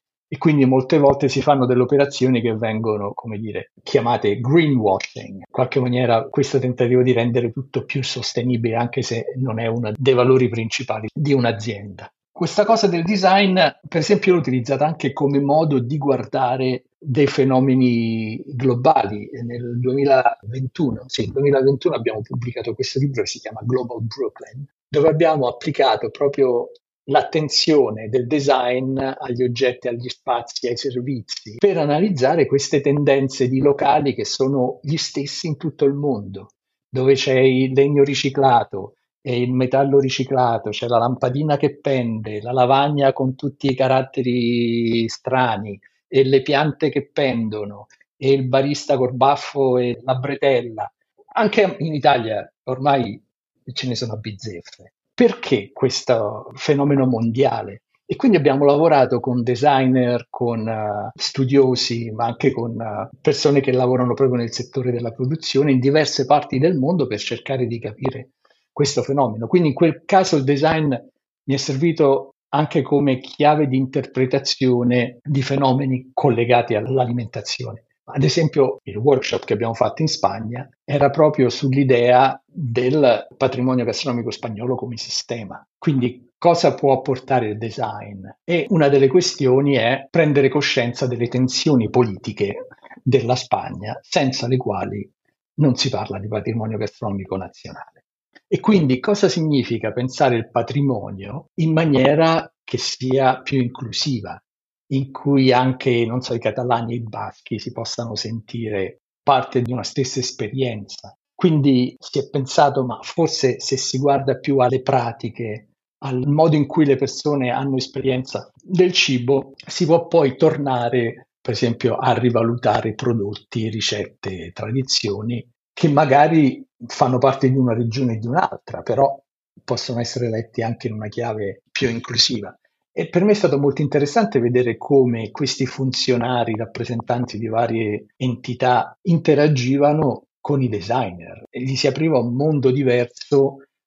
E quindi molte volte si fanno delle operazioni che vengono, come dire, chiamate greenwashing. In qualche maniera questo tentativo di rendere tutto più sostenibile, anche se non è uno dei valori principali di un'azienda. Questa cosa del design, per esempio, l'ho utilizzata anche come modo di guardare dei fenomeni globali. Nel duemilaventuno, sì, nel duemilaventuno abbiamo pubblicato questo libro che si chiama Global Brooklyn, dove abbiamo applicato proprio l'attenzione del design agli oggetti, agli spazi, ai servizi, per analizzare queste tendenze di locali che sono gli stessi in tutto il mondo, dove c'è il legno riciclato e il metallo riciclato, c'è la lampadina che pende, la lavagna con tutti i caratteri strani e le piante che pendono e il barista col baffo e la bretella. Anche in Italia ormai ce ne sono a bizzeffe. Perché questo fenomeno mondiale? E quindi abbiamo lavorato con designer, con uh, studiosi, ma anche con uh, persone che lavorano proprio nel settore della produzione in diverse parti del mondo per cercare di capire questo fenomeno. Quindi in quel caso il design mi è servito anche come chiave di interpretazione di fenomeni collegati all'alimentazione. Ad esempio, il workshop che abbiamo fatto in Spagna era proprio sull'idea del patrimonio gastronomico spagnolo come sistema. Quindi cosa può apportare il design? E una delle questioni è prendere coscienza delle tensioni politiche della Spagna, senza le quali non si parla di patrimonio gastronomico nazionale. E quindi cosa significa pensare il patrimonio in maniera che sia più inclusiva, in cui anche, non so, i catalani e i baschi si possano sentire parte di una stessa esperienza. Quindi si è pensato, ma forse se si guarda più alle pratiche, al modo in cui le persone hanno esperienza del cibo, si può poi tornare, per esempio, a rivalutare prodotti, ricette, tradizioni che magari fanno parte di una regione e di un'altra, però possono essere letti anche in una chiave più inclusiva. E per me è stato molto interessante vedere come questi funzionari, rappresentanti di varie entità, interagivano con i designer e gli si apriva un mondo diverso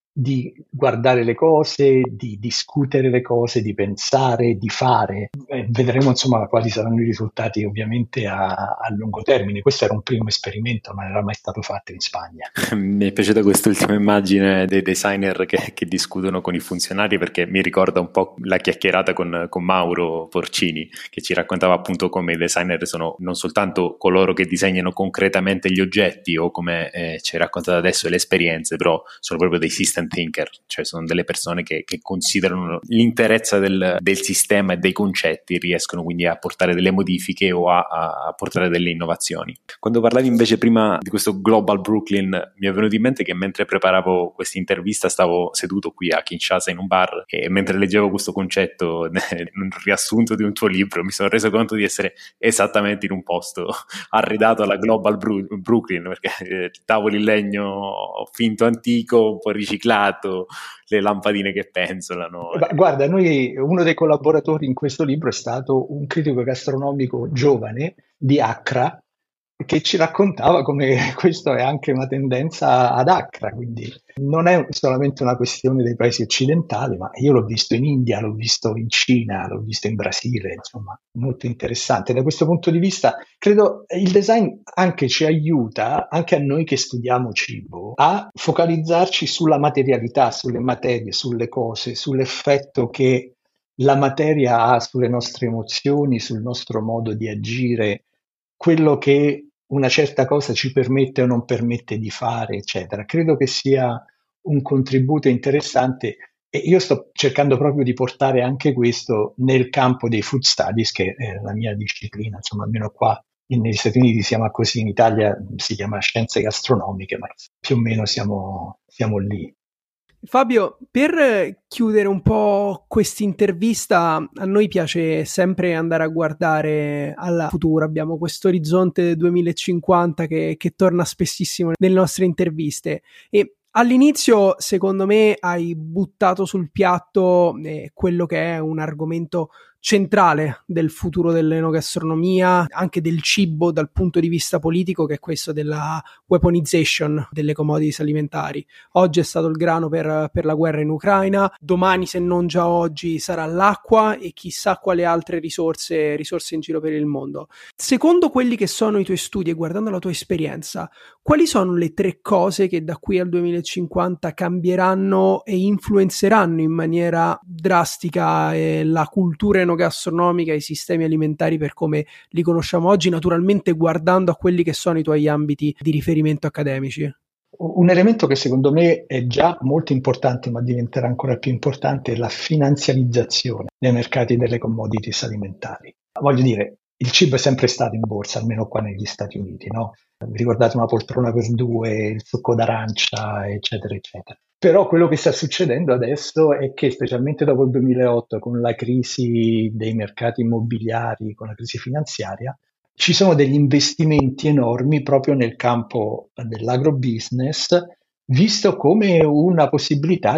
di guardare le cose, di discutere le cose, di pensare, di fare. E vedremo insomma quali saranno i risultati ovviamente a, a lungo termine. Questo era un primo esperimento, ma non era mai stato fatto in Spagna. Mi è piaciuta quest'ultima immagine dei designer che, che discutono con i funzionari, perché mi ricorda un po' la chiacchierata con, con Mauro Porcini, che ci raccontava appunto come i designer sono non soltanto coloro che disegnano concretamente gli oggetti o come eh, ci hai raccontato adesso le esperienze, però sono proprio dei system thinker, cioè sono delle persone che, che considerano l'interezza del, del sistema e dei concetti, riescono quindi a portare delle modifiche o a, a portare delle innovazioni. Quando parlavi invece prima di questo Global Brooklyn, mi è venuto in mente che mentre preparavo questa intervista stavo seduto qui a Kinshasa in un bar e mentre leggevo questo concetto nel riassunto di un tuo libro mi sono reso conto di essere esattamente in un posto arredato alla Global Bru- Brooklyn, perché eh, tavoli in legno finto antico, un po' riciclato, le lampadine che penzolano. Guarda, noi, uno dei collaboratori in questo libro è stato un critico gastronomico giovane di Accra, che ci raccontava come questo è anche una tendenza ad Accra, quindi non è solamente una questione dei paesi occidentali, ma io l'ho visto in India, l'ho visto in Cina, l'ho visto in Brasile, insomma, molto interessante. Da questo punto di vista, credo il design anche ci aiuta, anche a noi che studiamo cibo, a focalizzarci sulla materialità, sulle materie, sulle cose, sull'effetto che la materia ha sulle nostre emozioni, sul nostro modo di agire, quello che una certa cosa ci permette o non permette di fare, eccetera. Credo che sia un contributo interessante e io sto cercando proprio di portare anche questo nel campo dei food studies, che è la mia disciplina, insomma, almeno qua negli Stati Uniti si chiama così, in Italia si chiama scienze gastronomiche, ma più o meno siamo, siamo lì. Fabio, per chiudere un po' questa intervista, a noi piace sempre andare a guardare al futuro. Abbiamo questo orizzonte duemilacinquanta che, che torna spessissimo nelle nostre interviste e all'inizio, secondo me, hai buttato sul piatto eh, quello che è un argomento centrale del futuro dell'enogastronomia, anche del cibo dal punto di vista politico, che è questo della weaponization delle commodities alimentari. Oggi è stato il grano per, per la guerra in Ucraina, domani se non già oggi sarà l'acqua e chissà quale altre risorse, risorse in giro per il mondo. Secondo quelli che sono i tuoi studi e guardando la tua esperienza, quali sono le tre cose che da qui al duemilacinquanta cambieranno e influenzeranno in maniera drastica eh, la cultura enogastronomica e i sistemi alimentari per come li conosciamo oggi, naturalmente guardando a quelli che sono i tuoi ambiti di riferimento accademici? Un elemento che secondo me è già molto importante, ma diventerà ancora più importante, è la finanziarizzazione dei mercati delle commodities alimentari. Voglio dire, il cibo è sempre stato in borsa, almeno qua negli Stati Uniti, no? Vi ricordate una poltrona per due, il succo d'arancia, eccetera, eccetera. Però quello che sta succedendo adesso è che, specialmente dopo il duemilaotto, con la crisi dei mercati immobiliari, con la crisi finanziaria, ci sono degli investimenti enormi proprio nel campo dell'agrobusiness, visto come una possibilità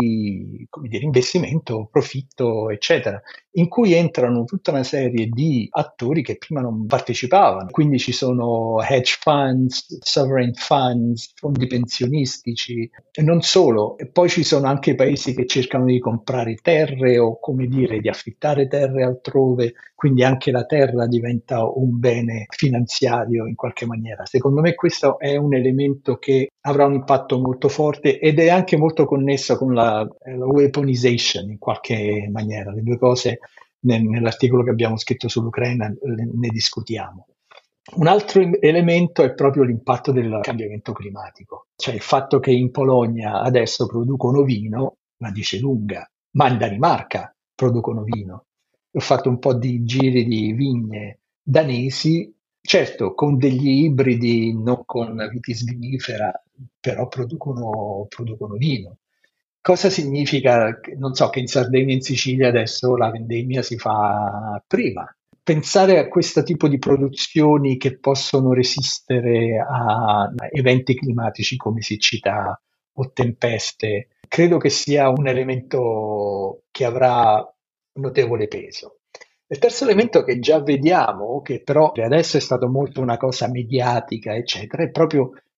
di, come dire, investimento, profitto, eccetera, in cui entrano tutta una serie di attori che prima non partecipavano. Quindi ci sono hedge funds, sovereign funds, fondi pensionistici, e non solo. E poi ci sono anche paesi che cercano di comprare terre o, come dire, di affittare terre altrove, quindi anche la terra diventa un bene finanziario in qualche maniera. Secondo me questo è un elemento che avrà un impatto molto forte ed è anche molto connesso con la, la weaponization in qualche maniera. Le due cose nel, nell'articolo che abbiamo scritto sull'Ucraina ne, ne discutiamo. Un altro elemento è proprio l'impatto del cambiamento climatico, cioè il fatto che in Polonia adesso producono vino, la dice lunga, ma in Danimarca producono vino. Ho fatto un po' di giri di vigne danesi, certo con degli ibridi, non con vitis vinifera, però producono, producono vino. Cosa significa? Non so, che in Sardegna e in Sicilia adesso la vendemmia si fa prima. Pensare a questo tipo di produzioni che possono resistere a eventi climatici come siccità o tempeste, credo che sia un elemento che avrà notevole peso. Il terzo elemento che già vediamo, che però adesso è stato molto una cosa mediatica, eccetera, è proprio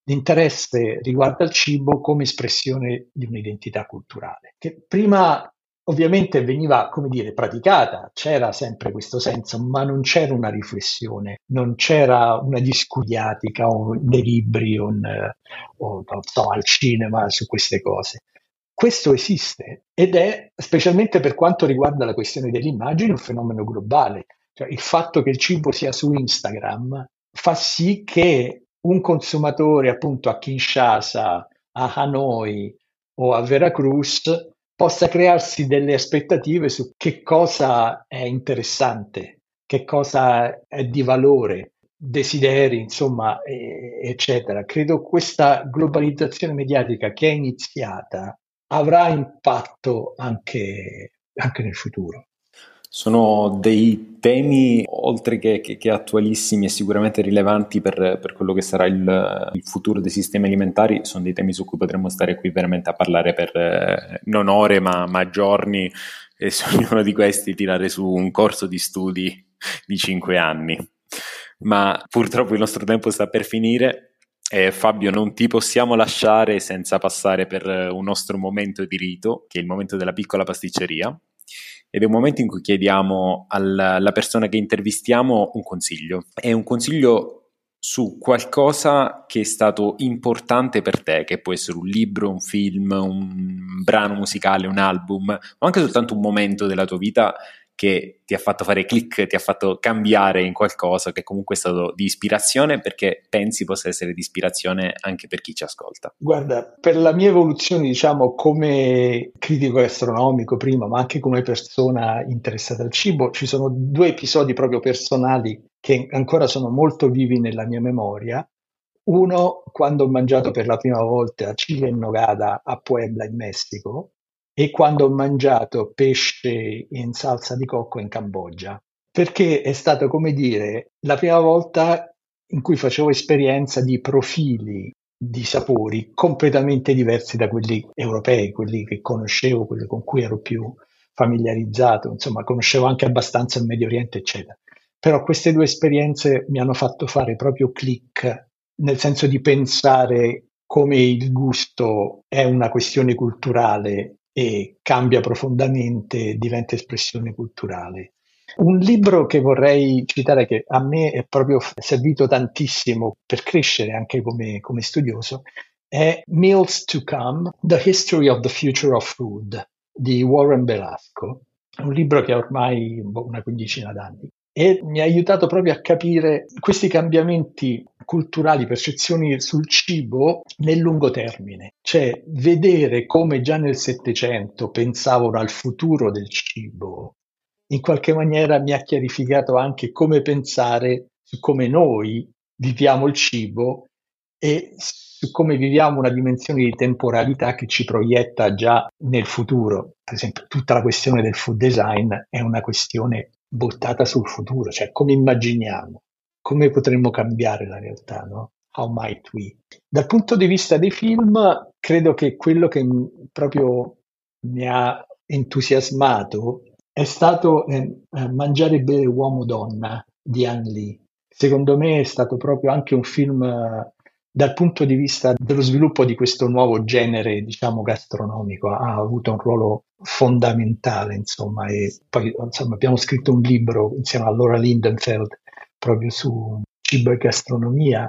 l'interesse riguardo al cibo come espressione di un'identità culturale, che prima ovviamente veniva, come dire, praticata, c'era sempre questo senso, ma non c'era una riflessione, non c'era una discudiatica o dei libri o, un, o non so, al cinema su queste cose. Questo esiste ed è, specialmente per quanto riguarda la questione dell'immagine, un fenomeno globale. Cioè, il fatto che il cibo sia su Instagram fa sì che un consumatore appunto a Kinshasa, a Hanoi o a Veracruz possa crearsi delle aspettative su che cosa è interessante, che cosa è di valore, desideri, insomma, eh, eccetera. Credo questa globalizzazione mediatica che è iniziata avrà impatto anche, anche nel futuro. Sono dei temi, oltre che, che, che attualissimi e sicuramente rilevanti per, per quello che sarà il, il futuro dei sistemi alimentari, sono dei temi su cui potremmo stare qui veramente a parlare per eh, non ore ma, ma giorni, e su ognuno di questi tirare su un corso di studi di cinque anni. Ma purtroppo il nostro tempo sta per finire. Eh, Fabio, non ti possiamo lasciare senza passare per un nostro momento di rito, che è il momento della piccola pasticceria. Ed è un momento in cui chiediamo alla, alla persona che intervistiamo un consiglio. È un consiglio su qualcosa che è stato importante per te, che può essere un libro, un film, un brano musicale, un album, o anche soltanto un momento della tua vita che ti ha fatto fare click, ti ha fatto cambiare in qualcosa, che comunque è stato di ispirazione, perché pensi possa essere di ispirazione anche per chi ci ascolta. Guarda, per la mia evoluzione, diciamo, come critico gastronomico prima, ma anche come persona interessata al cibo, ci sono due episodi proprio personali che ancora sono molto vivi nella mia memoria. Uno, quando ho mangiato per la prima volta chile en nogada a Puebla, in Messico, e quando ho mangiato pesce in salsa di cocco in Cambogia, perché è stato, come dire, la prima volta in cui facevo esperienza di profili di sapori completamente diversi da quelli europei, quelli che conoscevo, quelli con cui ero più familiarizzato, insomma, conoscevo anche abbastanza il Medio Oriente, eccetera. Però queste due esperienze mi hanno fatto fare proprio click, nel senso di pensare come il gusto è una questione culturale e cambia profondamente, diventa espressione culturale. Un libro che vorrei citare, che a me è proprio servito tantissimo per crescere anche come, come studioso, è Meals to Come, The History of the Future of Food di Warren Belasco. È un libro che ha ormai una quindicina d'anni e mi ha aiutato proprio a capire questi cambiamenti culturali, percezioni sul cibo nel lungo termine, cioè vedere come già nel Settecento pensavano al futuro del cibo. In qualche maniera mi ha chiarificato anche come pensare su come noi viviamo il cibo e su come viviamo una dimensione di temporalità che ci proietta già nel futuro. Per esempio, tutta la questione del food design è una questione buttata sul futuro, cioè come immaginiamo, come potremmo cambiare la realtà, no? How might we? Dal punto di vista dei film, credo che quello che proprio mi ha entusiasmato è stato eh, Mangiare e bere uomo-donna di Ang Lee. Secondo me è stato proprio anche un film eh, dal punto di vista dello sviluppo di questo nuovo genere, diciamo, gastronomico, ha avuto un ruolo fondamentale, insomma, e poi insomma, abbiamo scritto un libro insieme a Laura Lindenfeld proprio su cibo e gastronomia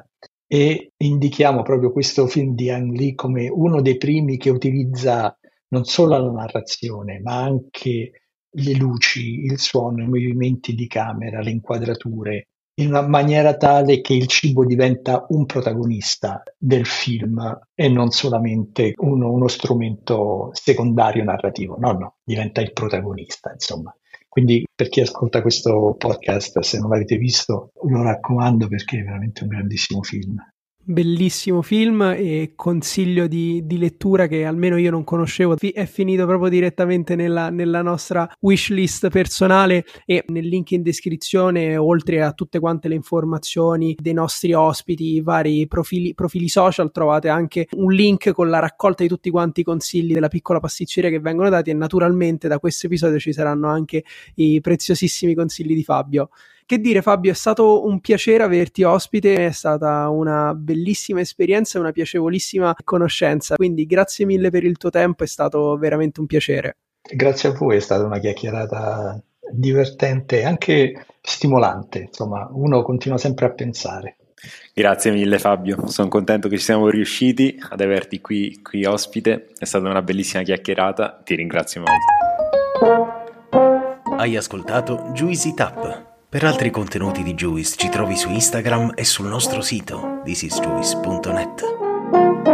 e indichiamo proprio questo film di Ang Lee come uno dei primi che utilizza non solo la narrazione, ma anche le luci, il suono, i movimenti di camera, le inquadrature, in una maniera tale che il cibo diventa un protagonista del film e non solamente uno, uno strumento secondario narrativo, no, no, diventa il protagonista, insomma. Quindi per chi ascolta questo podcast, se non l'avete visto, lo raccomando perché è veramente un grandissimo film. Bellissimo film e consiglio di, di lettura che almeno io non conoscevo, è finito proprio direttamente nella, nella nostra wishlist personale e nel link in descrizione, oltre a tutte quante le informazioni dei nostri ospiti, i vari profili, profili social, trovate anche un link con la raccolta di tutti quanti i consigli della piccola pasticceria che vengono dati e naturalmente da questo episodio ci saranno anche i preziosissimi consigli di Fabio. Che dire Fabio, è stato un piacere averti ospite, è stata una bellissima esperienza e una piacevolissima conoscenza, quindi grazie mille per il tuo tempo, è stato veramente un piacere. Grazie a voi, è stata una chiacchierata divertente e anche stimolante, insomma, uno continua sempre a pensare. Grazie mille Fabio, sono contento che ci siamo riusciti ad averti qui, qui ospite, è stata una bellissima chiacchierata, ti ringrazio molto. Hai ascoltato Juice It Up. Per altri contenuti di Juice ci trovi su Instagram e sul nostro sito this is juice punto net.